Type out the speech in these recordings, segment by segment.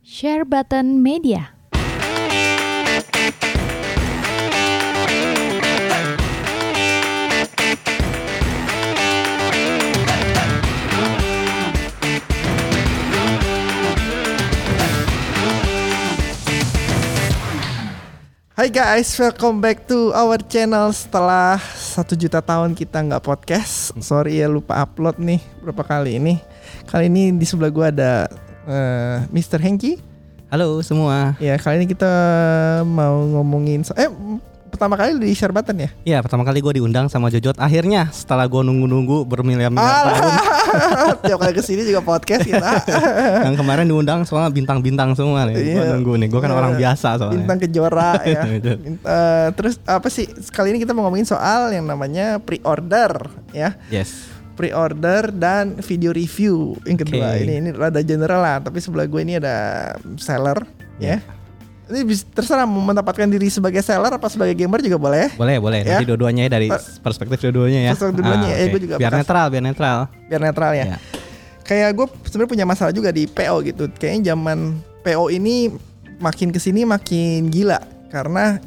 Share Button Media. Hai guys, welcome back to our channel. Setelah 1 juta tahun kita nggak podcast, sorry ya lupa upload nih berapa kali ini. Kali ini di sebelah gue ada Mr. Hengki. Halo semua. Ya, kali ini kita mau ngomongin pertama kali di Share Button ya? Iya, pertama kali gue diundang sama Jojot. Akhirnya setelah gue nunggu-nunggu bermiliar-miliar tahun. Tiap kali kesini juga podcast kita. Yang kemarin diundang soalnya bintang-bintang semua nih. Gue nunggu nih, gue kan orang biasa soalnya. Bintang kejora ya. Terus apa sih? Kali ini kita mau ngomongin soal yang namanya pre-order ya. Yes. Pre-order dan video review. Yang kedua ini rada general lah. Tapi sebelah gue ini ada seller ya. Ini terserah mau menempatkan diri sebagai seller apa sebagai gamer juga boleh. Boleh. Ya? Nanti dua-duanya ya dari perspektif dua-duanya ya. Perspektif dua-duanya ya. Gue juga biar netral ya. Kayak gue sebenarnya punya masalah juga di PO gitu. Kayaknya zaman PO ini makin kesini makin gila karena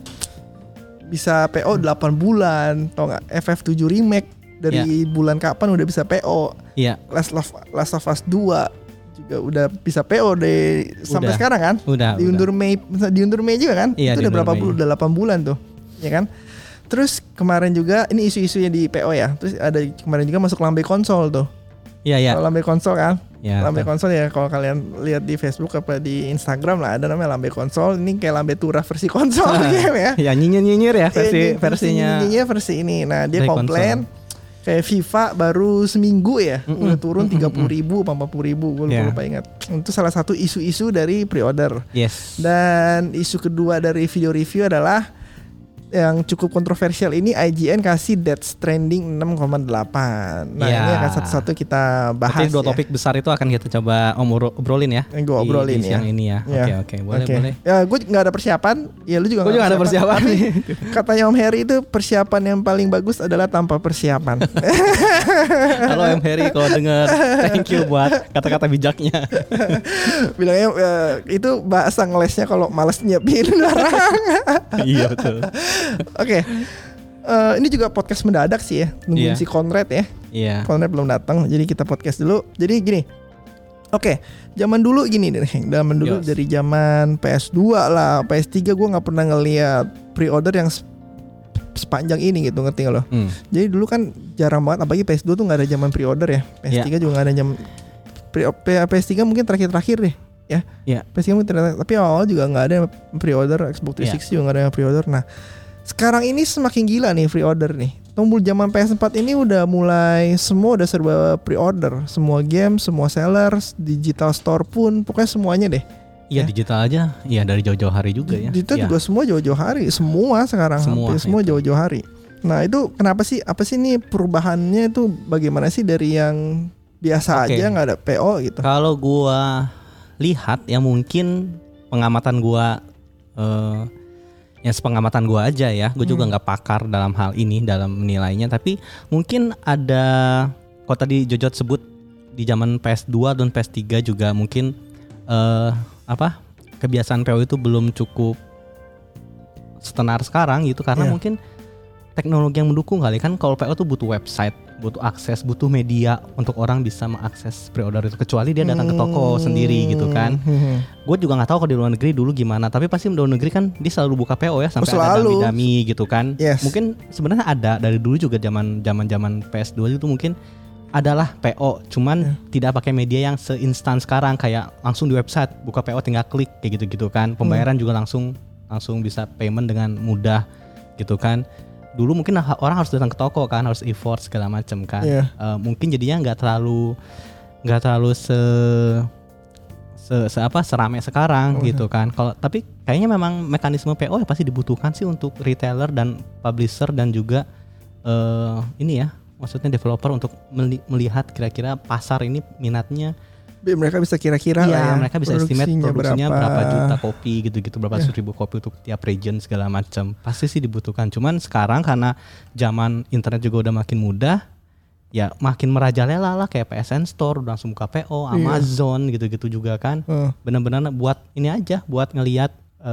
bisa PO 8 bulan, tau nggak? FF7 remake dari bulan kapan udah bisa PO. Iya. Last of Us 2 juga udah bisa PO deh sampai sekarang kan? Diundur Mei juga kan? Iya, itu udah berapa bulan? Udah 8 bulan tuh, ya kan? Terus kemarin juga ini isu-isunya di PO ya. Terus ada kemarin juga masuk lambe konsol tuh. Iya. Lambe konsol kan? Ya, lambe konsol ya, kalau kalian lihat di Facebook apa di Instagram lah ada namanya lambe konsol. Ini kayak lambe turah versi konsol game ya. Ya nyinyir ya versinya. Nyinyir versi ini. Nah, dia komplain kayak FIFA baru seminggu ya udah turun 30.000 apa 40.000, gue lupa ingat. Itu salah satu isu-isu dari pre-order. Yes. Dan isu kedua dari video review adalah yang cukup kontroversial ini, IGN kasih Death Stranding 6,8. Nah ini akan satu-satu kita bahas. Tapi dua topik besar itu akan kita coba obrolin ya. Gue obrolin di siang ini ya. Oke. Boleh. Ya gue nggak ada persiapan. Ya lu juga nggak ada persiapan. Tapi katanya Om Heri itu persiapan yang paling bagus adalah tanpa persiapan. Halo Om Heri, kalau dengar thank you buat kata-kata bijaknya. Bilangnya itu bahasa ngelesnya kalau males nyiapin barang. Iya betul. Oke. Ini juga podcast mendadak sih ya. Nungguin si Conrad ya. Iya. Conrad belum datang, jadi kita podcast dulu. Jadi gini. Oke, zaman dulu gini deh. Zaman dulu dari zaman PS2 lah, PS3 gue nggak pernah ngeliat pre-order yang sepanjang ini gitu, ngerti nggak lo? Jadi dulu kan jarang banget, apalagi PS2 tuh nggak ada zaman pre-order ya. PS3 juga nggak ada zaman PS3 mungkin terakhir deh. Ya. PS3 mungkin tapi awal juga nggak ada pre-order. Xbox 360 juga nggak ada pre-order. Nah, sekarang ini semakin gila nih pre-order nih. Tombol zaman PS4 ini udah mulai semua udah serba pre-order. Semua game, semua sellers, digital store pun, pokoknya semuanya deh. Iya, digital aja. Iya, dari jauh-jauh hari juga ya. Digital juga semua jauh-jauh hari. Semua sekarang semua jauh-jauh hari. Nah, itu kenapa sih? Apa sih nih perubahannya itu bagaimana sih dari yang biasa aja nggak ada PO gitu? Kalau gua lihat ya mungkin pengamatan gua ya sepengamatan gue aja ya, gue juga nggak pakar dalam hal ini dalam menilainya, tapi mungkin ada, kalau tadi Jojot sebut di zaman PS2 dan PS3 juga mungkin kebiasaan PO itu belum cukup setenar sekarang gitu, karena mungkin teknologi yang mendukung kali kan. Kalau PO tuh butuh website, butuh akses, butuh media untuk orang bisa mengakses pre-order itu, kecuali dia datang ke toko sendiri gitu kan. Gue juga nggak tahu kalau di luar negeri dulu gimana, tapi pasti di luar negeri kan dia selalu buka PO ya, sampai ada dami-dami gitu kan. Mungkin sebenarnya ada dari dulu juga zaman PS2 itu mungkin adalah PO, cuman tidak pakai media yang seinstan sekarang, kayak langsung di website buka PO tinggal klik kayak gitu kan. Pembayaran juga langsung bisa payment dengan mudah gitu kan. Dulu mungkin orang harus datang ke toko kan, harus effort segala macam kan. Mungkin jadinya nggak terlalu seramai sekarang gitu kan. Tapi kayaknya memang mekanisme PO ya pasti dibutuhkan sih untuk retailer dan publisher dan juga maksudnya developer untuk melihat kira-kira pasar ini minatnya. Mereka bisa kira-kira lah ya. Mereka bisa estimate produksinya berapa juta kopi gitu-gitu, berapa ribu kopi untuk tiap region segala macam. Pasti sih dibutuhkan. Cuman sekarang karena zaman internet juga udah makin mudah, ya makin merajalela lah kayak PSN Store udah langsung buka PO, Amazon gitu-gitu juga kan. Benar-benar buat ini aja, buat ngelihat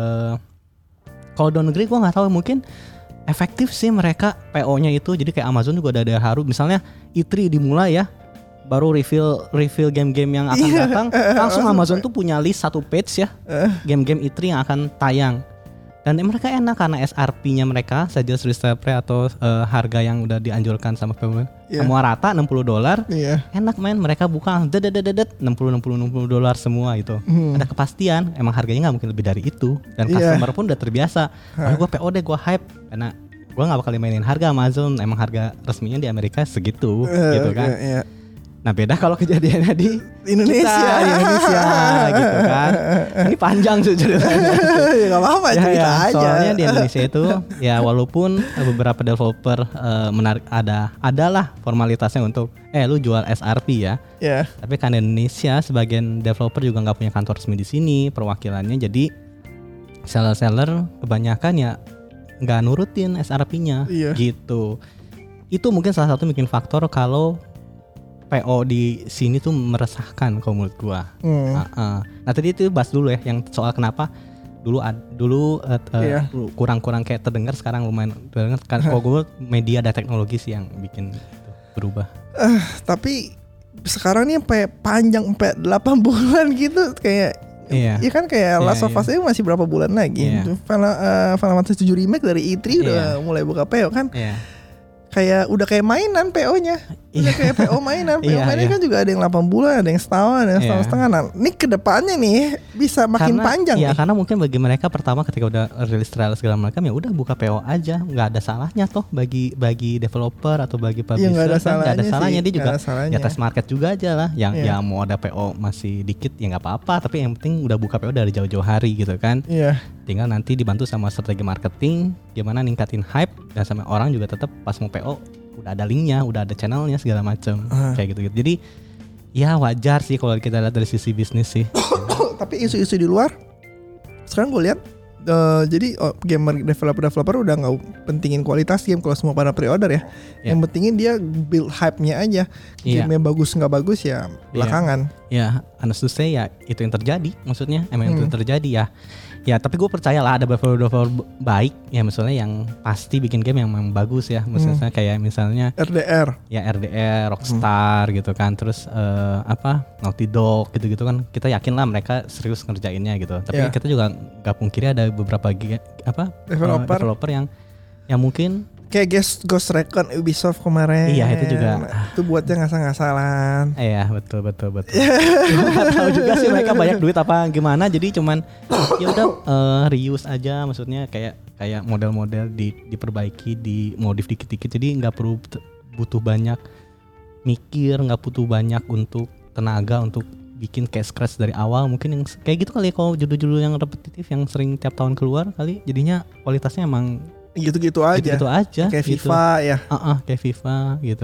kalau dalam negeri gue nggak tahu, mungkin efektif sih mereka PO-nya itu. Jadi kayak Amazon juga ada haru, misalnya E3 dimulai ya, baru reveal game-game yang akan datang, langsung Amazon tuh punya list 1 page ya, game-game E3 yang akan tayang. Dan mereka enak karena SRP-nya mereka saja retail price atau harga yang udah dianjurkan sama pemerintah semua rata $60. Enak main, mereka buka $60 semua itu. Ada kepastian, emang harganya nggak mungkin lebih dari itu. Dan customer pun udah terbiasa. Gue PO deh, gue hype karena gue nggak bakal mainin harga Amazon. Emang harga resminya di Amerika segitu, gitu kan. Nah beda kalau kejadiannya di Indonesia gitu kan. Ini panjang sih ceritanya. Ya gak apa-apa, cerita aja. Soalnya di Indonesia itu ya walaupun beberapa developer menarik, adalah formalitasnya untuk lu jual SRP ya. Tapi kan di Indonesia sebagian developer juga gak punya kantor resmi di sini perwakilannya. Jadi seller-seller kebanyakan ya gak nurutin SRP-nya gitu. Itu mungkin salah satu bikin faktor kalau PO di sini tuh meresahkan kalau menurut gua. Nah tadi itu bahas dulu ya yang soal kenapa dulu kurang-kurang kayak terdengar, sekarang lumayan terdengar. Kalau gua media dan teknologi sih yang bikin berubah. Tapi sekarang nih sampai panjang sampai 8 bulan gitu kayak. Ya kan kayak Last of Us masih berapa bulan lagi. Final Fantasy 7 Remake dari E3 udah mulai buka PO kan. Kayak udah kayak mainan PO-nya. Udah kayak PO mainan. PO mainan kan juga ada yang 8 bulan, ada yang setahun, ada yang setahun setengah. Nah, ini kedepannya nih bisa makin panjang nih. Karena mungkin bagi mereka pertama ketika udah rilis trial segala macam ya udah buka PO aja, nggak ada salahnya toh bagi developer atau bagi publisher. Nggak ada salahnya dia juga ya tes market juga aja lah. Yang ya mau ada PO masih dikit ya nggak apa-apa, tapi yang penting udah buka PO dari jauh-jauh hari gitu kan. Tinggal nanti dibantu sama strategi marketing, gimana ningkatin hype dan sama orang juga tetap pas mau PO udah ada linknya, udah ada channelnya segala macam kayak gitu. Jadi ya wajar sih kalau kita lihat dari sisi bisnis sih. Tapi isu-isu di luar sekarang gue lihat jadi gamer developer udah nggak pentingin kualitas game kalau semua pada pre-order ya. Yang pentingin dia build hype-nya aja. Game-nya bagus nggak bagus ya belakangan. Honest to say ya itu yang terjadi. Maksudnya emang itu yang terjadi ya. Ya tapi gue percaya lah ada developer baik ya, misalnya yang pasti bikin game yang memang bagus ya, misalnya kayak misalnya RDR, Rockstar gitu kan, terus Naughty Dog gitu-gitu kan, kita yakin lah mereka serius ngerjainnya gitu. Tapi kita juga gak pungkiri ada beberapa developer yang mungkin kayak Ghost Recon Ubisoft kemarin. Itu juga. Itu buatnya ngasal-ngasalan. Betul. Gak tahu juga sih mereka banyak duit apa gimana. Jadi cuman ya udah reuse aja, maksudnya kayak model-model diperbaiki, dimodif dikit-dikit. Jadi nggak perlu butuh banyak mikir, nggak butuh banyak untuk tenaga untuk bikin kayak scratch dari awal. Mungkin yang kayak gitu kali kalau judul-judul yang repetitif yang sering tiap tahun keluar kali, jadinya kualitasnya emang gitu-gitu aja kayak gitu. FIFA ya kayak FIFA gitu.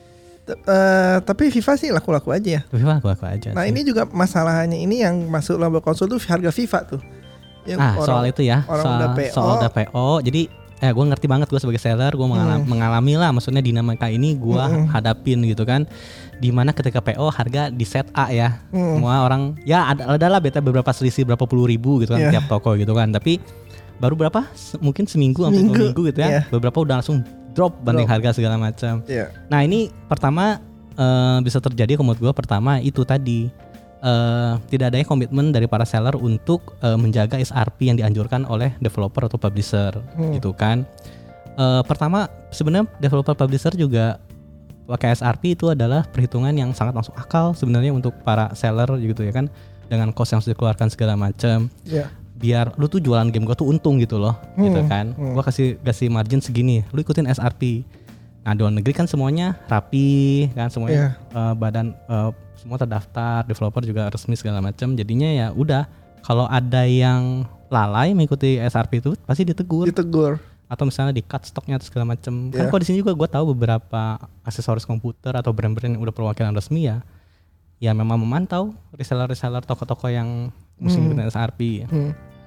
Tapi FIFA sih laku-laku aja ya. FIFA laku-laku aja. Nah sih. Ini juga masalahnya ini yang masuk lomba konsol tuh harga FIFA tuh yang soal itu ya, soal udah PO. Jadi gue ngerti banget, gue sebagai seller gue mengalami lah, maksudnya dinamika ini gue hadapin gitu kan, dimana ketika PO harga di set A ya, semua orang ya adalah beta beberapa selisih berapa puluh ribu gitu kan tiap toko gitu kan, tapi baru berapa mungkin seminggu sampai 2 minggu gitu ya, beberapa udah langsung drop banding harga segala macam. Nah ini pertama bisa terjadi menurut gue, pertama itu tadi tidak adanya komitmen dari para seller untuk menjaga SRP yang dianjurkan oleh developer atau publisher gitu kan. Pertama sebenarnya developer publisher juga pakai SRP itu adalah perhitungan yang sangat masuk akal sebenarnya untuk para seller gitu ya kan, dengan cost yang harus dikeluarkan segala macam. Biar lu tuh jualan game gua tuh untung gitu loh, gitu kan. Gua kasih margin segini, lu ikutin SRP. Nah di luar negeri kan semuanya rapi kan, semuanya badan semua terdaftar, developer juga resmi segala macam. Jadinya ya udah, kalau ada yang lalai mengikuti SRP itu pasti ditegur. Atau misalnya di cut stoknya atau segala macam. Kan kalau di sini juga gua tahu beberapa aksesoris komputer atau brand-brand yang udah perwakilan resmi ya memang memantau reseller toko-toko yang mesti ngikutin SRP.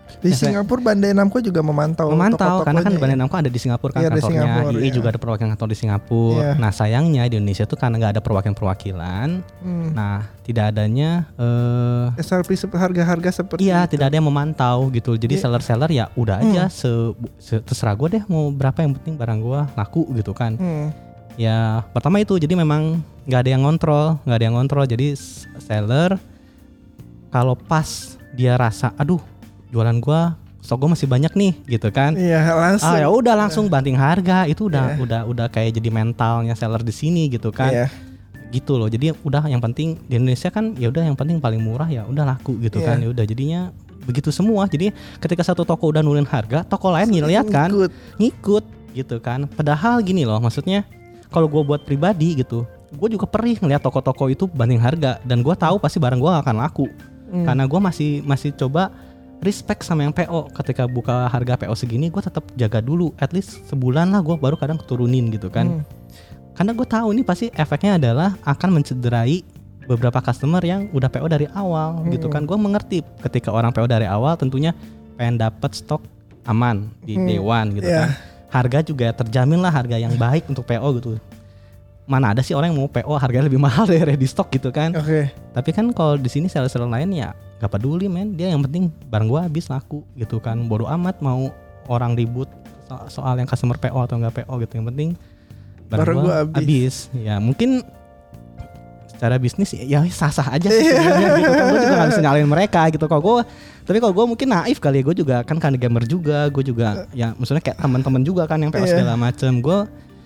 Di Singapura Bandai Namco juga memantau karena kan toko-tokonya Bandai Namco ada di Singapura kan Iya, di kantornya. Singapura, EA iya. juga ada perwakilan kantor di Singapura. Iya. Nah sayangnya di Indonesia tuh karena nggak ada perwakilan. Nah tidak adanya SRP harga-harga seperti iya itu. tidak ada yang memantau gitu. Jadi Iya. seller-seller ya udah aja terserah gue deh mau berapa, yang penting barang gue laku gitu kan. Ya pertama itu, jadi memang nggak ada yang ngontrol. Jadi seller kalau pas dia rasa aduh jualan gue stok gue masih banyak nih gitu kan. Iya, langsung. Ya udah langsung banting harga. Itu udah kayak jadi mentalnya seller di sini gitu kan. Iya. Gitu loh. Jadi udah yang penting di Indonesia kan ya udah yang penting paling murah ya udah laku gitu kan. Ya udah jadinya begitu semua. Jadi ketika satu toko udah nulin harga, toko lain ngeliat kan ngikut gitu kan. Padahal gini loh, maksudnya kalau gue buat pribadi gitu, gue juga perih ngeliat toko-toko itu banding harga, dan gue tahu pasti barang gue gak akan laku. Karena gue masih coba respect sama yang PO. Ketika buka harga PO segini, gue tetap jaga dulu at least sebulan lah, gue baru kadang turunin gitu kan. Karena gue tahu ini pasti efeknya adalah akan mencederai beberapa customer yang udah PO dari awal gitu kan. Gue mengerti ketika orang PO dari awal tentunya pengen dapat stok aman di day one gitu kan. Harga juga terjamin lah, harga yang baik untuk PO gitu. Mana ada sih orang yang mau PO harganya lebih mahal dari ready stock gitu kan. Tapi kan kalau di sini seller-seller lain ya gak peduli men, dia yang penting barang gua habis laku gitu kan. Bodo amat mau orang ribut soal yang customer PO atau enggak PO gitu, yang penting barang gua habis. Ya mungkin secara bisnis ya sah-sah aja sih sebenarnya gitu kan. Gue juga gak bisa nyalain mereka gitu. Tapi kalau gue mungkin naif kali ya, gue juga kan gamer juga, gue juga ya maksudnya kayak teman-teman juga kan yang PO segala macem. Gue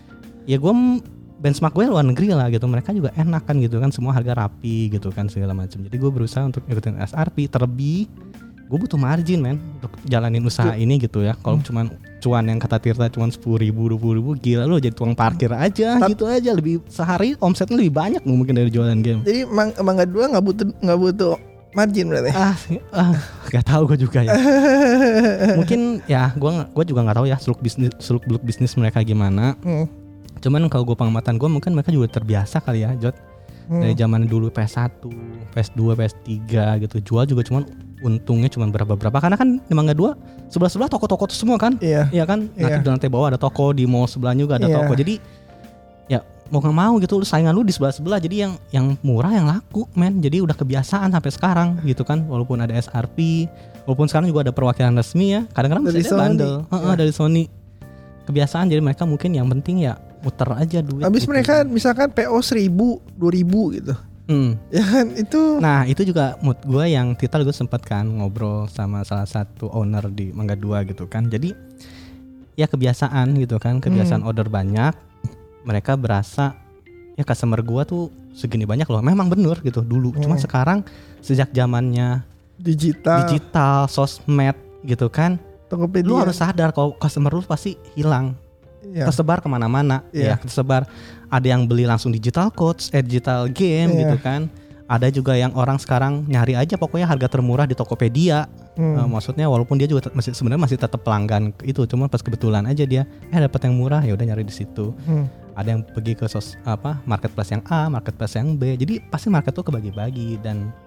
benchmark gue luar negeri lah gitu, mereka juga enak kan gitu kan, semua harga rapi gitu kan segala macam. Jadi gue berusaha untuk ikutin SRP, terlebih gue butuh margin men untuk jalanin usaha ini gitu ya. Kalau cuman cuan yang kata Tirta cuman 10.000 20.000, gila lo jadi tukang parkir aja gitu aja, lebih sehari omsetnya lebih banyak mungkin dari jualan game. Jadi Mangga 2 nggak butuh margin berarti? Gak tahu gue juga ya. Mungkin ya gue juga nggak tahu ya seluk beluk bisnis mereka gimana. Cuman kalau gue pengamatan gue, mungkin mereka juga terbiasa kali ya Jod. Dari zaman dulu PS1, PS2, PS3 gitu, jual juga cuman untungnya cuman berapa karena kan di Mangga 2 sebelah toko-toko itu semua kan. Iya kan. Nanti di lantai bawah ada toko, di mall sebelahnya juga ada toko. Jadi ya mau nggak mau gitu, saingan lu di sebelah. Jadi yang murah yang laku men. Jadi udah kebiasaan sampai sekarang gitu kan. Walaupun ada SRP, walaupun sekarang juga ada perwakilan resmi ya, kadang-kadang masih ada bandel dari Sony. Kebiasaan, jadi mereka mungkin yang penting ya muter aja duit. Habis gitu. mereka misalkan PO 1.000, 2.000 gitu. Ya kan itu. Nah itu juga mood gue yang Tita gue sempat kan ngobrol sama salah satu owner di Mangga 2 gitu kan. Jadi ya kebiasaan gitu kan, kebiasaan order banyak. Mereka berasa ya customer gue tuh segini banyak loh. Memang bener gitu dulu. Cuma sekarang sejak zamannya digital, sosmed gitu kan, Tokopedia. Lu harus sadar kalau customer lu pasti hilang, tersebar kemana-mana, ya tersebar. Ada yang beli langsung digital codes, digital game gitu kan. Ada juga yang orang sekarang nyari aja pokoknya harga termurah di Tokopedia. Maksudnya walaupun dia juga sebenarnya masih tetap pelanggan itu, cuma pas kebetulan aja dia dapat yang murah ya udah nyari di situ. Ada yang pergi ke marketplace yang A, marketplace yang B. Jadi pasti market tuh kebagi-bagi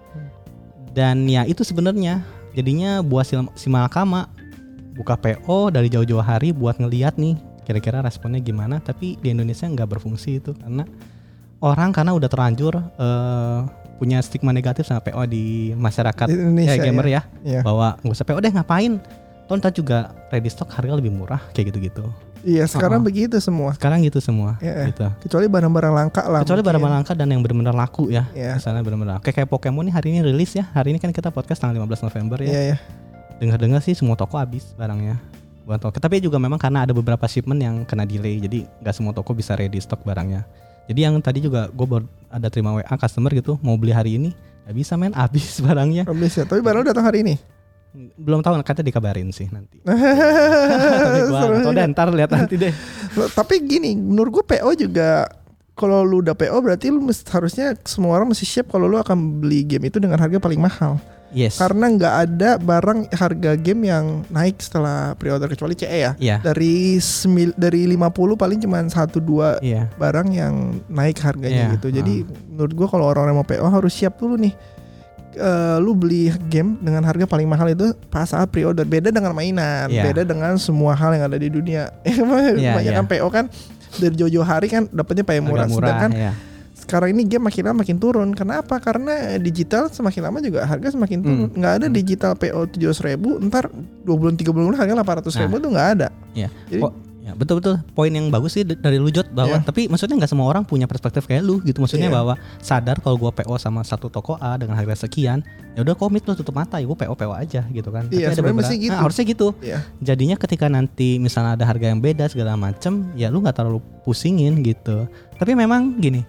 dan ya itu sebenarnya jadinya buat si Malakama buka PO dari jauh-jauh hari buat ngeliat nih kira-kira responnya gimana. Tapi di Indonesia nggak berfungsi itu karena udah terlanjur punya stigma negatif sama PO di masyarakat gamer ya. Bahwa nggak usah PO deh, ngapain, ntar juga ready stock harga lebih murah kayak gitu-gitu. Iya sekarang begitu semua. Sekarang gitu semua gitu. Kecuali barang-barang langka lah. Kecuali barang-barang langka dan yang benar-benar laku ya. Misalnya benar-benar kayak Pokemon nih hari ini rilis ya. Hari ini kan kita podcast tanggal 15 November ya. Dengar-dengar sih semua toko habis barangnya. Buat toko. Tapi juga memang karena ada beberapa shipment yang kena delay, jadi nggak semua toko bisa ready stock barangnya. Jadi yang tadi juga gue baru ada terima WA customer gitu mau beli hari ini, nggak bisa men, habis barangnya. Habis ya. Tapi barang datang hari ini. Belum tahu, katanya dikabarin sih nanti. Tapi gue atau ntar lihat nanti deh. Tapi gini, menurut gue PO juga kalau lu udah PO berarti lu harusnya semua orang mesti siap kalau lu akan beli game itu dengan harga paling mahal. Yes. Karena nggak ada barang harga game yang naik setelah pre-order kecuali CE ya. Dari 50 paling cuma 1-2 barang yang naik harganya gitu. Jadi menurut gua kalau orang-orang mau PO harus siap dulu nih. lu beli game dengan harga paling mahal itu pas saat pre-order. Beda dengan mainan, beda dengan semua hal yang ada di dunia. Kebanyakan PO kan dari jauh-jauh hari kan dapatnya paling murah. Sedangkan sekarang ini game makin lama makin turun. Kenapa? Karena digital semakin lama juga harga semakin turun. Nggak ada digital PO 700.000, ntar 2 bulan 3 bulan harga 800.000 tuh nggak ada. Jadi, ya, betul-betul poin yang bagus sih dari lu Jot bahwa tapi maksudnya nggak semua orang punya perspektif kayak lu gitu. Maksudnya bahwa sadar kalau gua PO sama satu toko A dengan harga sekian, ya udah komit lu tutup mata, ya gua PO aja gitu kan. Tapi ada beberapa gitu. Harusnya gitu. Jadinya ketika nanti misalnya ada harga yang beda segala macem, ya lu nggak terlalu pusingin gitu. Tapi memang gini,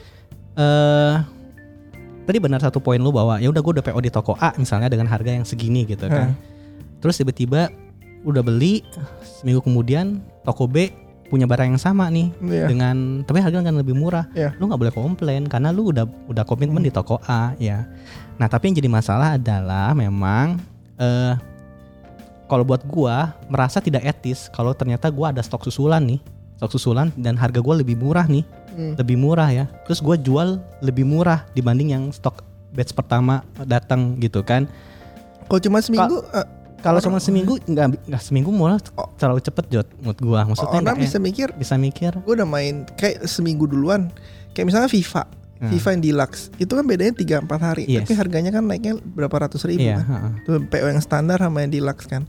tadi benar satu poin lu bahwa ya udah gue udah PO di toko A misalnya dengan harga yang segini gitu kan. Terus tiba-tiba udah beli, seminggu kemudian toko B punya barang yang sama nih dengan tapi harganya kan lebih murah. Lu nggak boleh komplain karena lu udah komitmen di toko A ya. Nah tapi yang jadi masalah adalah memang kalau buat gua merasa tidak etis kalau ternyata gua ada stok susulan dan harga gua lebih murah nih. Lebih murah ya. Terus gua jual lebih murah dibanding yang stok batch pertama datang gitu kan. Kalau cuma seminggu kalau cuma seminggu nggak seminggu malah terlalu cepet Jot menurut gua. Maksudnya orang bisa mikir. Gua udah main kayak seminggu duluan. Kayak misalnya FIFA yang deluxe itu kan bedanya 3-4 hari. Tapi harganya kan naiknya berapa ratus ribu kan. Tuh PO yang standar sama yang deluxe kan.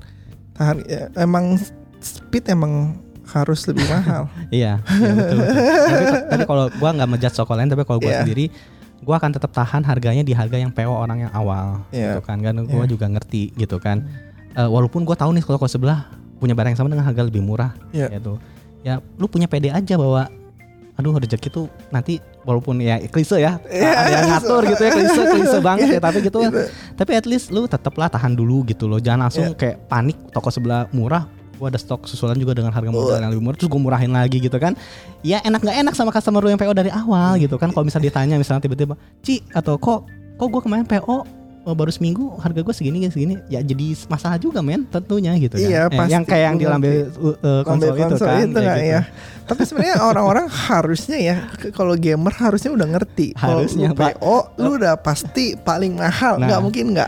Emang speed emang harus lebih mahal. Iya betul. Tapi kalau gua nggak menjudge toko lain, tapi kalau gua sendiri gua akan tetap tahan harganya di harga yang PO orang yang awal gitu kan. Kan gua juga ngerti gitu kan. Walaupun gue tahu nih kalau sebelah punya barang yang sama dengan harga lebih murah, gitu. Ya, lu punya PD aja bahwa, aduh rezeki tuh nanti walaupun ya klise ya, ada yang ngatur gitu ya, klise banget ya, tapi gitu. Tapi at least lu tetaplah tahan dulu gitu loh, jangan langsung kayak panik toko sebelah murah, gue ada stok susulan juga dengan harga modal yang lebih murah, terus gue murahin lagi gitu kan. Ya enak nggak enak sama customer lu yang PO dari awal gitu kan. Kalau misalnya ditanya misalnya tiba-tiba, Ci atau kok gue kemarin PO baru seminggu harga gue segini ya jadi masalah juga men tentunya gitu kan. Pasti yang kayak yang diambil konsol itu kan itu ya, gitu. Tapi sebenarnya orang-orang harusnya ya kalau gamer harusnya udah ngerti kalau lu PO lu udah pasti paling mahal. Nggak mungkin nggak.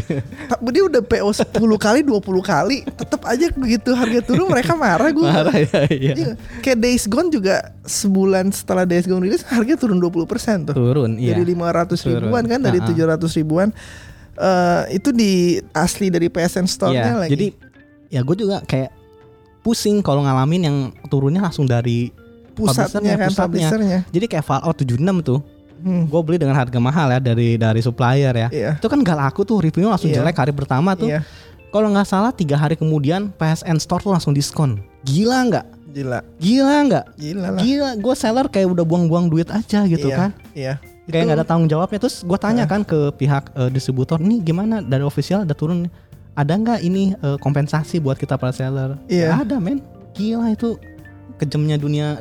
Dia udah PO 10 kali 20 kali tetap aja begitu harga turun mereka marah gue. Iya. Kayak Days Gone juga sebulan setelah Days Gone rilis harga turun 20% tuh. Turun dari 500 ribuan kan dari 700 ribuan. Itu di asli dari PSN Store-nya lagi. Jadi ya gue juga kayak pusing kalau ngalamin yang turunnya langsung dari pusatnya. Jadi kayak Fallout 76 tuh. Gue beli dengan harga mahal ya dari supplier ya. Itu kan gak laku tuh, reviewnya langsung jelek hari pertama tuh. Kalau nggak salah 3 hari kemudian PSN Store tuh langsung diskon. Gila nggak? Gila nggak? Gila. Gue seller kayak udah buang-buang duit aja gitu kan. Kayak nggak ada tanggung jawabnya. Terus gue tanya kan ke pihak distributor, nih gimana dari official ada turun, ada nggak ini kompensasi buat kita para seller? Gak ada men. Gila itu kejamnya dunia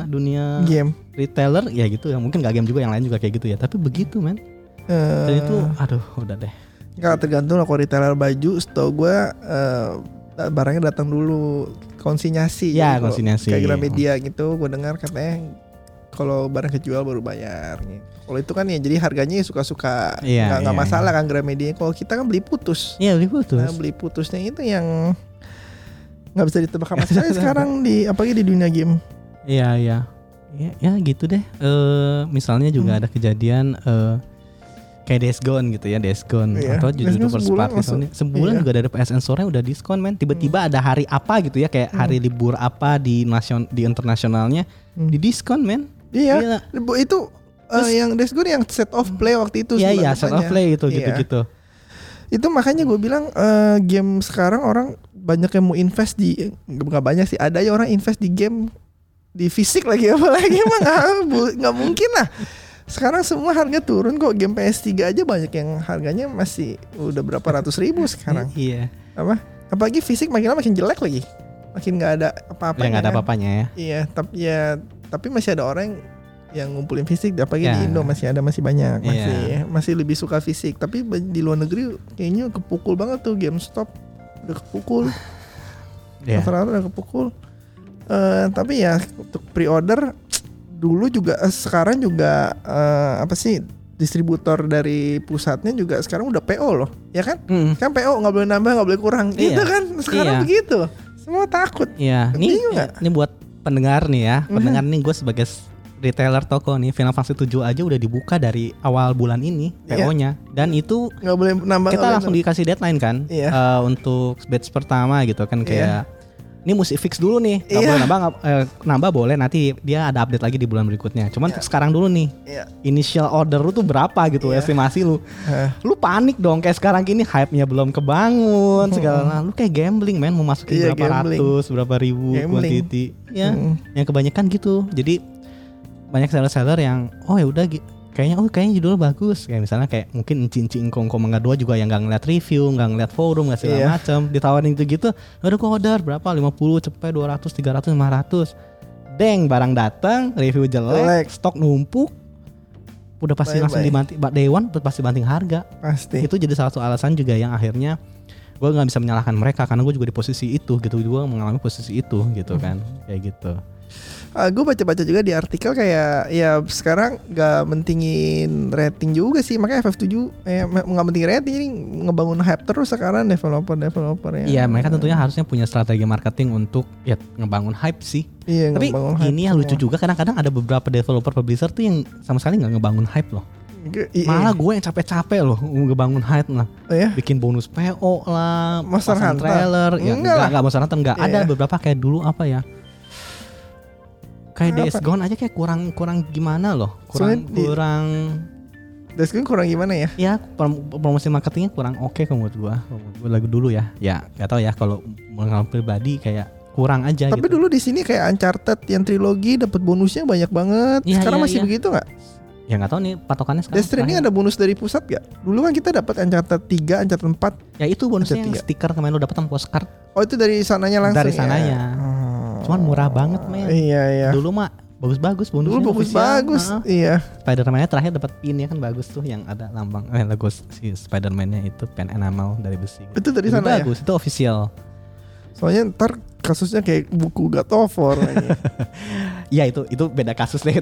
game retailer ya gitu ya. Mungkin nggak game juga, yang lain juga kayak gitu ya. Tapi begitu men. Dan itu aduh udah deh. Kalau tergantung lah, kalau retailer baju setahu gue barangnya datang dulu konsinyasi. Ya konsinyasi. Kayak Gramedia gitu gue dengar katanya kalau barang kejual baru bayar gitu. Kalau itu kan ya jadi harganya suka-suka, nggak masalah kan Gramedia. Kalau kita kan beli putus. Iya beli putus. Nah, beli putusnya itu yang nggak bisa ditebak sama sekali sekarang apalagi di dunia game. Iya. Ya gitu deh. Misalnya juga ada kejadian kayak Days Gone gitu ya, Days Gone atau judul first party sebulan juga dari PSN Store udah diskon men. Tiba-tiba ada hari apa gitu ya, kayak hari libur apa di internasionalnya di diskon men. Iya. Itu yang Days Gone yang set of play waktu itu. Iya set of play gitu. Itu makanya gue bilang game sekarang orang banyak yang mau invest di, nggak banyak sih, ada ya orang invest di game di fisik lagi apalagi emang nggak mungkin lah. Sekarang semua harga turun kok, game PS3 aja banyak yang harganya masih udah berapa ratus ribu sekarang. Iya. Apalagi fisik makin lama makin jelek lagi, makin nggak ada apa-apanya. Nggak ada apa-apanya ya. Iya, tapi masih ada orang yang ngumpulin fisik, apalagi di Indo masih banyak, masih lebih suka fisik. Tapi di luar negeri kayaknya kepukul banget tuh, GameStop udah kepukul, rata-rata udah kepukul. Tapi ya untuk pre-order dulu juga sekarang juga distributor dari pusatnya juga sekarang udah PO loh, ya kan? Kan PO nggak boleh nambah, nggak boleh kurang, gitu kan? Sekarang begitu, semua takut. Iya, ini buat pendengar nih ya, pendengar nih, gue sebagai retailer toko nih, Final Fantasy 7 aja udah dibuka dari awal bulan ini PO-nya, dan itu nggak boleh nambah. Kita langsung dikasih deadline kan, untuk batch pertama gitu kan, kayak ini mesti fix dulu nih, nggak boleh nambah boleh, nanti dia ada update lagi di bulan berikutnya. Cuman untuk sekarang dulu nih, initial order lu tuh berapa gitu, estimasi lu. Lu panik dong, kayak sekarang gini hype-nya belum kebangun segala. Lu kayak gambling men, mau masukin berapa ratus, berapa ribu quantity. Ya, yang kebanyakan gitu. Jadi banyak seller-seller yang ya udah kayaknya judul bagus, kayak misalnya kayak mungkin Cincin Kongko Manga 2 juga yang nggak ngeliat review, nggak ngeliat forum, nggak segala macam, ditawarin gitu udah gua order berapa, 50 cepet, 200, 300, 500, deng barang datang, review jelek, stok numpuk, udah pasti langsung dibanting, day one pasti banting harga. Pasti. Itu jadi salah satu alasan juga yang akhirnya gue nggak bisa menyalahkan mereka, karena gue juga di posisi itu gitu, gue mengalami posisi itu gitu kan, kayak gitu. Gue baca-baca juga di artikel kayak ya sekarang gak mentingin rating juga sih, makanya FF7 gak mentingin rating, jadi ngebangun hype terus sekarang developer ya. Iya, mereka tentunya harusnya punya strategi marketing untuk ya ngebangun hype sih. Iya, tapi ini yang lucu juga, kadang-kadang ada beberapa developer publisher tuh yang sama sekali gak ngebangun hype loh. Malah gue yang capek-capek loh ngebangun hype lah, bikin bonus PO lah, Monster Hunter trailer, ya enggak Monster Hunter enggak, ada beberapa kayak dulu apa ya, kayak Days Gone aja kayak kurang gimana loh, kurang Days Gone kurang gimana ya? Ya promosi marketingnya kurang oke menurut gua lagu dulu ya nggak tahu ya, kalau menurut pribadi kayak kurang aja. Tapi gitu. Dulu di sini kayak Uncharted yang trilogi dapat bonusnya banyak banget. Sekarang masih begitu nggak? Ya nggak tahu nih patokannya sekarang. Death Stranding ada bonus dari pusat gak? Dulu kan kita dapat Uncharted 3, Uncharted 4. Ya itu bonusnya yang stiker kemarin lu dapat postcard. Oh itu dari sananya langsung. Dari sananya. Cuman murah banget men. Iya. Dulu mah bagus-bagus bonusnya. Dulu bagus. Iya. Spider-Man-nya terakhir dapat pin ya kan, bagus tuh yang ada lambang logo si Spider-Man-nya itu pen enamel dari besi. Itu dari sana bagus, itu official. Soalnya ntar kasusnya kayak buku God of War. Ya itu beda kasus deh.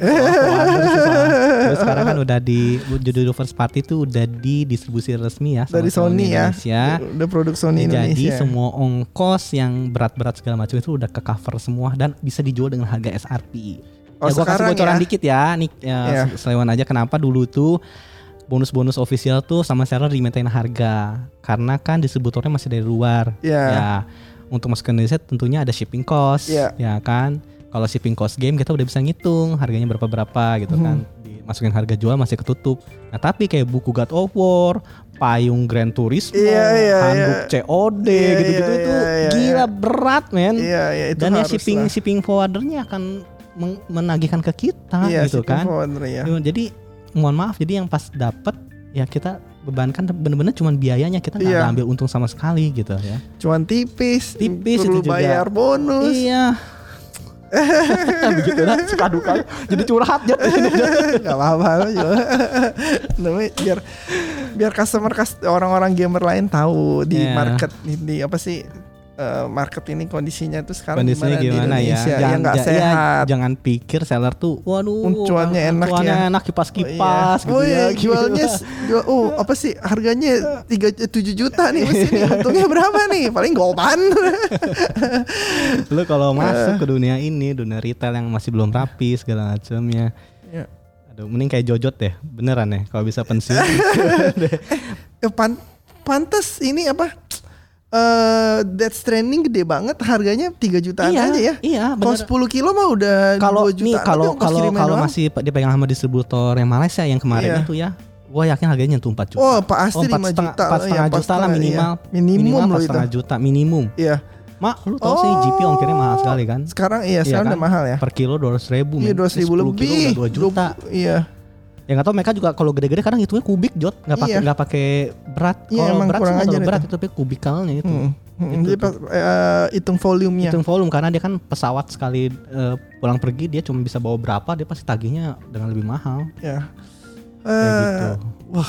Terus sekarang kan udah di judul first party itu udah didistribusi resmi ya dari Sony Indonesia. Udah produk Sony Indonesia. Jadi semua ongkos yang berat-berat segala macam itu udah ke cover semua dan bisa dijual dengan harga SRP. Ya gua kasih bocoran dikit ya, nih selewan aja kenapa dulu tuh bonus-bonus official tuh sama seller dimintain harga karena kan distributornya masih dari luar. Ya untuk masuk ke Indonesia tentunya ada shipping cost, ya kan. Kalau shipping cost game kita udah bisa ngitung harganya berapa gitu kan. Dimasukin harga jual masih ketutup. Nah tapi kayak buku God of War, payung Gran Turismo, handuk COD gitu-gitu itu gila berat men. Dan ya shipping forwardernya akan menagihkan ke kita gitu kan. Jadi mohon maaf, jadi yang pas dapat ya kita bebankan bener-bener cuman biayanya, kita nggak ambil untung sama sekali gitu ya. Cuman tipis itu perlu juga bayar bonus. Iya. Begitu lah suka duka. Jadi curhat aja. Gak apa-apa juga. Namanya biar customer orang-orang gamer lain tahu di market di apa sih, market ini kondisinya tuh sekarang gimana di Indonesia ya nggak sehat. Jangan pikir seller tuh waduh cuannya enak kipas-kipas gitu ya. Jualnya apa sih harganya 7 juta nih mesin, untungnya berapa nih, paling gopan. Lu kalau masuk ke dunia ini, dunia retail yang masih belum rapi segala macamnya, aduh mending kayak Jojot deh beneran ya kalau bisa pensiun. Pantes ini apa, Death Stranding gede banget, harganya 3 jutaan aja ya. Iya, kalau 10 kilo mah udah 2 jutaan. Kalau masih dipegang sama distributor yang Malaysia yang kemarin itu ya, gue yakin harganya nyentuh 4 juta. Oh, pasti 5 juta. 4,5 juta lah minimal. Minimum loh itu. 4,5 juta minimum. Iya. Mak, lu tau sih GP ongkirnya mahal sekali kan? Sekarang sekarang udah mahal ya. Per kilo 200.000. Iya, 200.000 lebih. Kilo udah 2 juta. Iya. Ya nggak tahu mereka juga kalau gede-gede kadang hitungnya kubik Jot, nggak pakai berat. Kalau berat kurang sih aja berat itu tapi kubikalnya itu. Jadi hitung volumenya. Hitung volume karena dia kan pesawat sekali pulang pergi dia cuma bisa bawa berapa, dia pasti tagihnya dengan lebih mahal. Ya. Kayak gitu. Wah.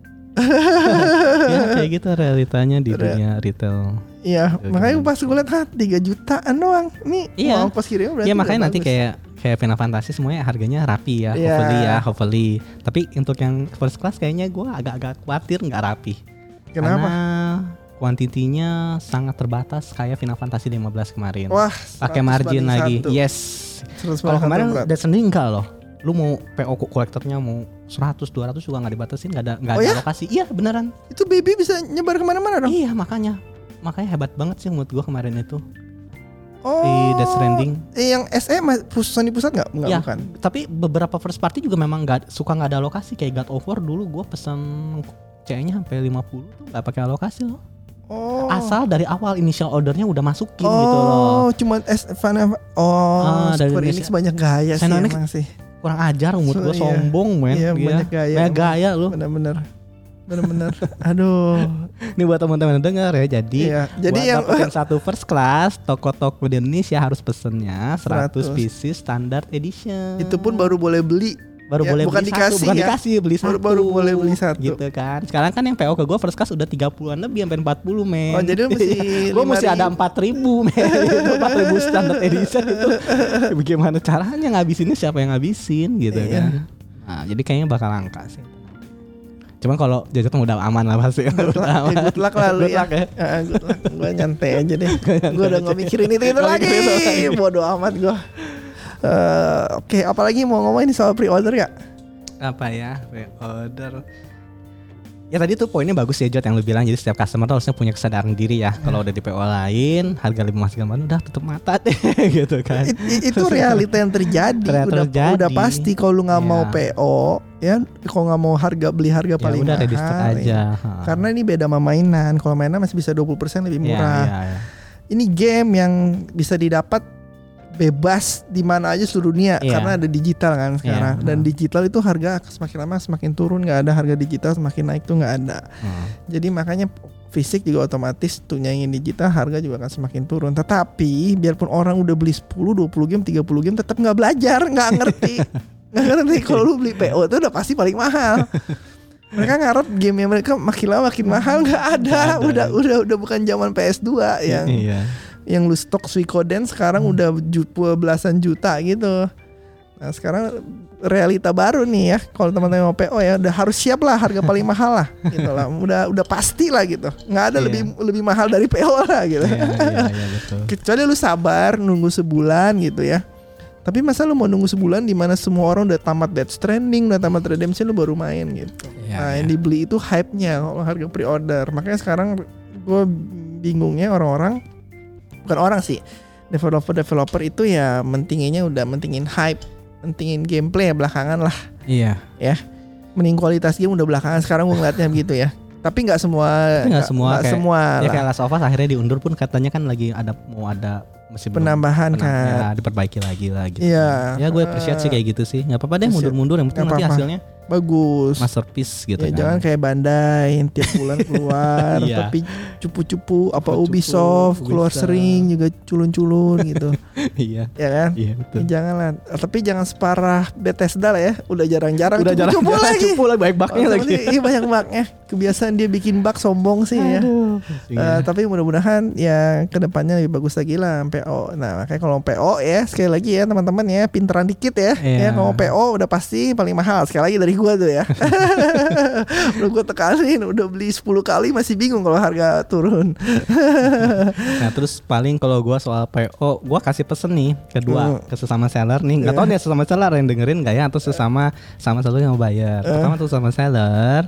Ya kayak gitu realitanya di dunia retail. Iya, makanya pas gue lihat 3 jutaan doang. Ini ongkos kirimnya berarti. Iya, makanya nanti kayak kayak Final Fantasy semuanya harganya rapi ya, Iya. hopefully. Tapi untuk yang first class kayaknya gue agak-agak khawatir nggak rapi. Kenapa? Karena kuantitinya sangat terbatas kayak Final Fantasy 15 kemarin. Wah, Pakai 100 margin banding lagi. 1. Yes. 100 Kalau banding kemarin 1 berat. udah sendiri enggak loh. Lu mau PO kolektornya mau 100 200 juga nggak dibatasin, nggak ada Oh ya? lokasi. Iya beneran. Itu baby bisa nyebar kemana-mana dong? Iya makanya hebat banget sih menurut gua kemarin itu. Oh, Di Death Stranding. Yang SE Sony pusat nggak? Nggak, Ya, bukan. tapi beberapa first party juga memang suka nggak ada alokasi. Kayak God of War dulu gue pesen C-nya sampai 50 tuh nggak pakai alokasi loh. Oh. Asal dari awal initial ordernya udah masukin gitu loh. Oh, cuma dari Square Enix Indonesia. banyak gaya sih Square Enix emang sih. Kurang ajar menurut gue, Iya. sombong men. Iya, banyak gaya. Banyak gaya lu. Bener-bener. Aduh. Ini buat teman-teman yang dengar ya. Jadi Iya. Jadi buat yang dapetin satu first class, toko-toko di Indonesia harus pesennya 100 100. pieces standard edition. itu pun baru boleh beli. baru Ya, boleh bukan beli dikasih satu, bukan ya. dikasih, beli satu. Baru boleh beli satu. Gitu kan. Sekarang kan yang PO ke gue first class udah 30-an lebih sampai 40 men. Oh, jadi lu mesti gue mesti 5.000. ada 4.000 men. Itu 4.000 standard edition itu. Bagaimana caranya ngabisinnya, siapa yang ngabisin gitu Iya. kan. Nah, jadi kayaknya bakal langka sih. Cuman kalau jajan udah aman lah pasti. Good luck lah lu Good ya. luck ya. Good luck. Gue nyantai aja deh. Gue udah gak mikirin itu Nggak lagi. mikirin itu lagi. Bodoh amat gue. Oke, apalagi mau ngomongin soal pre-order gak? Apa ya, pre-order. Ya tadi tuh poinnya bagus ya Jod yang lu bilang. Jadi setiap customer tuh harusnya punya kesadaran diri ya. Kalau udah di PO lain, harga lebih memuaskan banget, udah tutup mata deh gitu kan. Itu realita yang terjadi. Ternyata terjadi. Udah pasti kalau lu nggak Iya. mau PO, ya kalau nggak mau beli harga Ya paling udah mahal. ready stock aja. ya. Karena ini beda sama mainan. Kalau mainan masih bisa 20% lebih murah. Ya. Ini game yang bisa didapat bebas di mana aja seluruh dunia Iya. karena ada digital kan sekarang. Iya. Dan digital itu harga semakin lama semakin turun, nggak ada harga digital semakin naik tuh nggak ada. Jadi makanya fisik juga otomatis tuh nyanyiin digital harga juga akan semakin turun. Tetapi biarpun orang udah beli 10, 20 game, 30 game tetap nggak belajar, nggak ngerti. Nggak ngerti kalau lu beli PO itu udah pasti paling mahal. Mereka ngarep game yang mereka makin lama makin mahal, nggak ada. Udah bukan zaman PS2 yang Iya. yang lu stok Suikoden sekarang udah belasan juta gitu. Nah sekarang realita baru nih ya. Kalau teman-teman mau PO ya udah harus siap lah harga paling mahal lah gitu lah. Udah pasti lah gitu. Nggak ada Iya. lebih mahal dari PO lah gitu. Iya, betul. Kecuali lu sabar nunggu sebulan gitu ya. Tapi masa lu mau nunggu sebulan di mana semua orang udah tamat Death Stranding, udah tamat Redemption, lu baru main gitu. Iya, Nah iya. yang dibeli itu hype-nya kalau harga pre-order. Makanya sekarang gue bingungnya orang-orang, bukan orang sih, developer itu ya mentingin hype, mentingin gameplay ya belakangan lah Iya. ya. Mending kualitas game udah belakangan sekarang gue ngeliatnya begitu ya. Tapi nggak semua, Tapi nggak semua kayak- semua Ya lah. kayak Last of Us akhirnya diundur pun katanya kan lagi mau ada masih belum Penambahan kan. ya, diperbaiki lagi lah gitu. Iya. Ya gue appreciate sih kayak gitu sih. Nggak apa-apa deh mundur-mundur, yang penting Nggak nanti apa-apa. hasilnya Bagus. masterpiece gitu Ya, kan. jangan kayak Bandai yang tiap bulan keluar, Iya. tapi cupu-cupu apa Cupu-cupu, Ubisoft keluar Ubisoft. sering juga culun-culun gitu. Iya. Ya kan? Iya betul. Jangan lah. Tapi jangan separah Bethesda lah ya. Udah jarang-jarang Udah jarang cupu lagi. cupu lagi banyak bugnya Oh, lagi. Iya banyak bugnya. Kebiasaan dia bikin bug sombong sih ya. Iya. Tapi mudah-mudahan ya kedepannya lebih bagus lagi lah PO. Nah makanya kalau PO ya sekali lagi ya teman-teman ya pinteran dikit ya. Iya. Ya kalau PO udah pasti paling mahal. Sekali lagi dari gua tuh ya. Udah gua tekanin, udah beli 10 kali masih bingung kalau harga turun. Nah terus paling kalau gue soal PO, gue kasih pesen nih kedua ke sesama seller nih. Nggak tahu nih sesama seller yang dengerin nggak ya, atau sama satu yang mau bayar. Pertama tuh sama seller,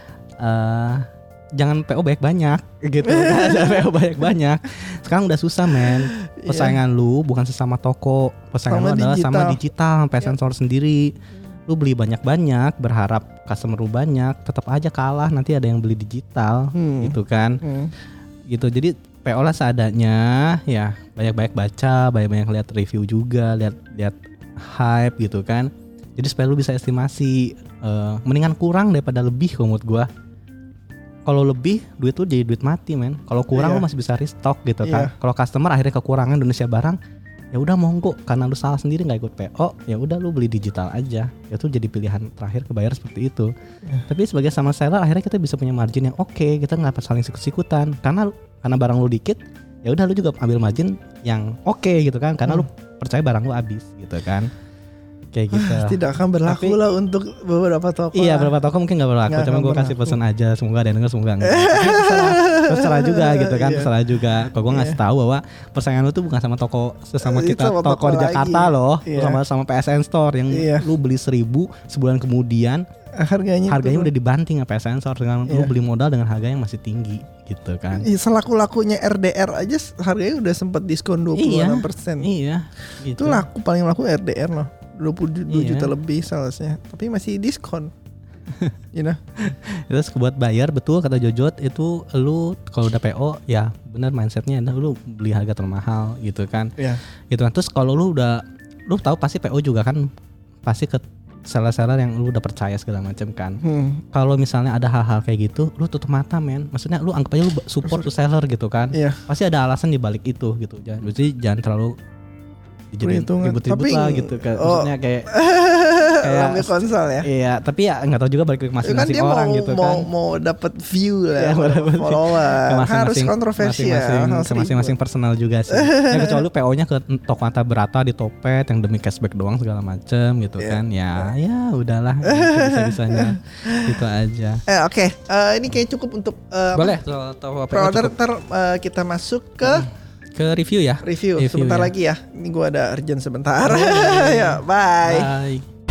jangan PO banyak-banyak gitu. Jangan PO banyak-banyak. Sekarang udah susah men. Persaingan lu bukan sesama toko, persaingan Sama lu adalah sama digital. digital, sampai sensor sendiri. Lu beli banyak-banyak, berharap customer lu banyak, tetap aja kalah. Nanti ada yang beli digital, gitu kan. Gitu. Jadi PO lah seadanya, ya banyak-banyak baca, banyak-banyak lihat review juga, lihat hype gitu kan. Jadi supaya lu bisa estimasi, mendingan kurang daripada lebih kalau menurut gua. Kalau lebih duit tuh jadi duit mati men. Kalau kurang Iya. lu masih bisa restock gitu Iya. kan. Kalau customer akhirnya kekurangan Indonesia barang, ya udah monggo, karena lu salah sendiri nggak ikut PO, ya udah lu beli digital aja. Itu jadi pilihan terakhir kebayar seperti itu. Tapi sebagai sama seller akhirnya kita bisa punya margin yang oke, kita nggak saling sikut-sikutan karena barang lu dikit, ya udah lu juga ambil margin yang oke gitu kan, karena lu percaya barang lu habis gitu kan. kayak gitu. Tidak akan berlaku Tapi- lah untuk beberapa toko. Iya, lah. beberapa toko mungkin gak berlaku. Nggak Cuma akan gue kasih berlaku. pesan aja, semoga ada yang denger, semoga enggak. Tapi terserah juga gitu kan, Iya. terserah juga. Kalau gue ngasih tahu bahwa persaingan lu tuh bukan sama toko sesama Itu kita sama toko di toko Jakarta lagi. loh, Iya. sama PSN Store yang Iya. lu beli 1.000 sebulan kemudian Harganya harganya udah dibanting sama PSN Store dengan lu Iya. beli modal dengan harga yang masih tinggi gitu kan. selaku-lakunya RDR aja harganya udah sempat diskon 26%. Iya, gitu. Itu laku paling laku RDR loh. 22 Iya. juta lebih salesnya. Tapi masih diskon. You know? Terus buat bayar betul kata Jojot itu lu kalau udah PO ya benar mindsetnya adalah lu beli harga termahal gitu kan. Iya. Gitu kan. Terus kalau lu tahu pasti PO juga kan pasti ke seller-seller yang lu udah percaya segala macam kan. Kalau misalnya ada hal-hal kayak gitu, lu tutup mata men. Maksudnya lu anggap aja lu support tuh seller gitu kan. Iya. Pasti ada alasan di balik itu gitu. Jangan terlalu dijadiin Perhitungan. ribut-ribut Tapi- lah gitu kan. oh. Maksudnya kayak Ambil konsol ya. iya, tapi ya nggak tahu juga balik ke Kan masing-masing dia orang mau gitu mau kan. mau dapat view lah, Iya, mau dapet view. follower. Ke Harus kontroversial. ke masing-masing personal juga sih. Ya kecuali lu PO-nya ke toko Anta Berata di Topet yang demi cashback doang segala macem gitu Iya. kan. Ya udahlah gitu, bisa-bisanya gitu aja. Oke. Ini kayak cukup untuk Boleh toko PO pre-order. cukup. Ntar kita masuk ke Ke review ya. review. Review Sebentar ya. lagi ya. Ini gua ada urgent sebentar. Ya, bye. Bye.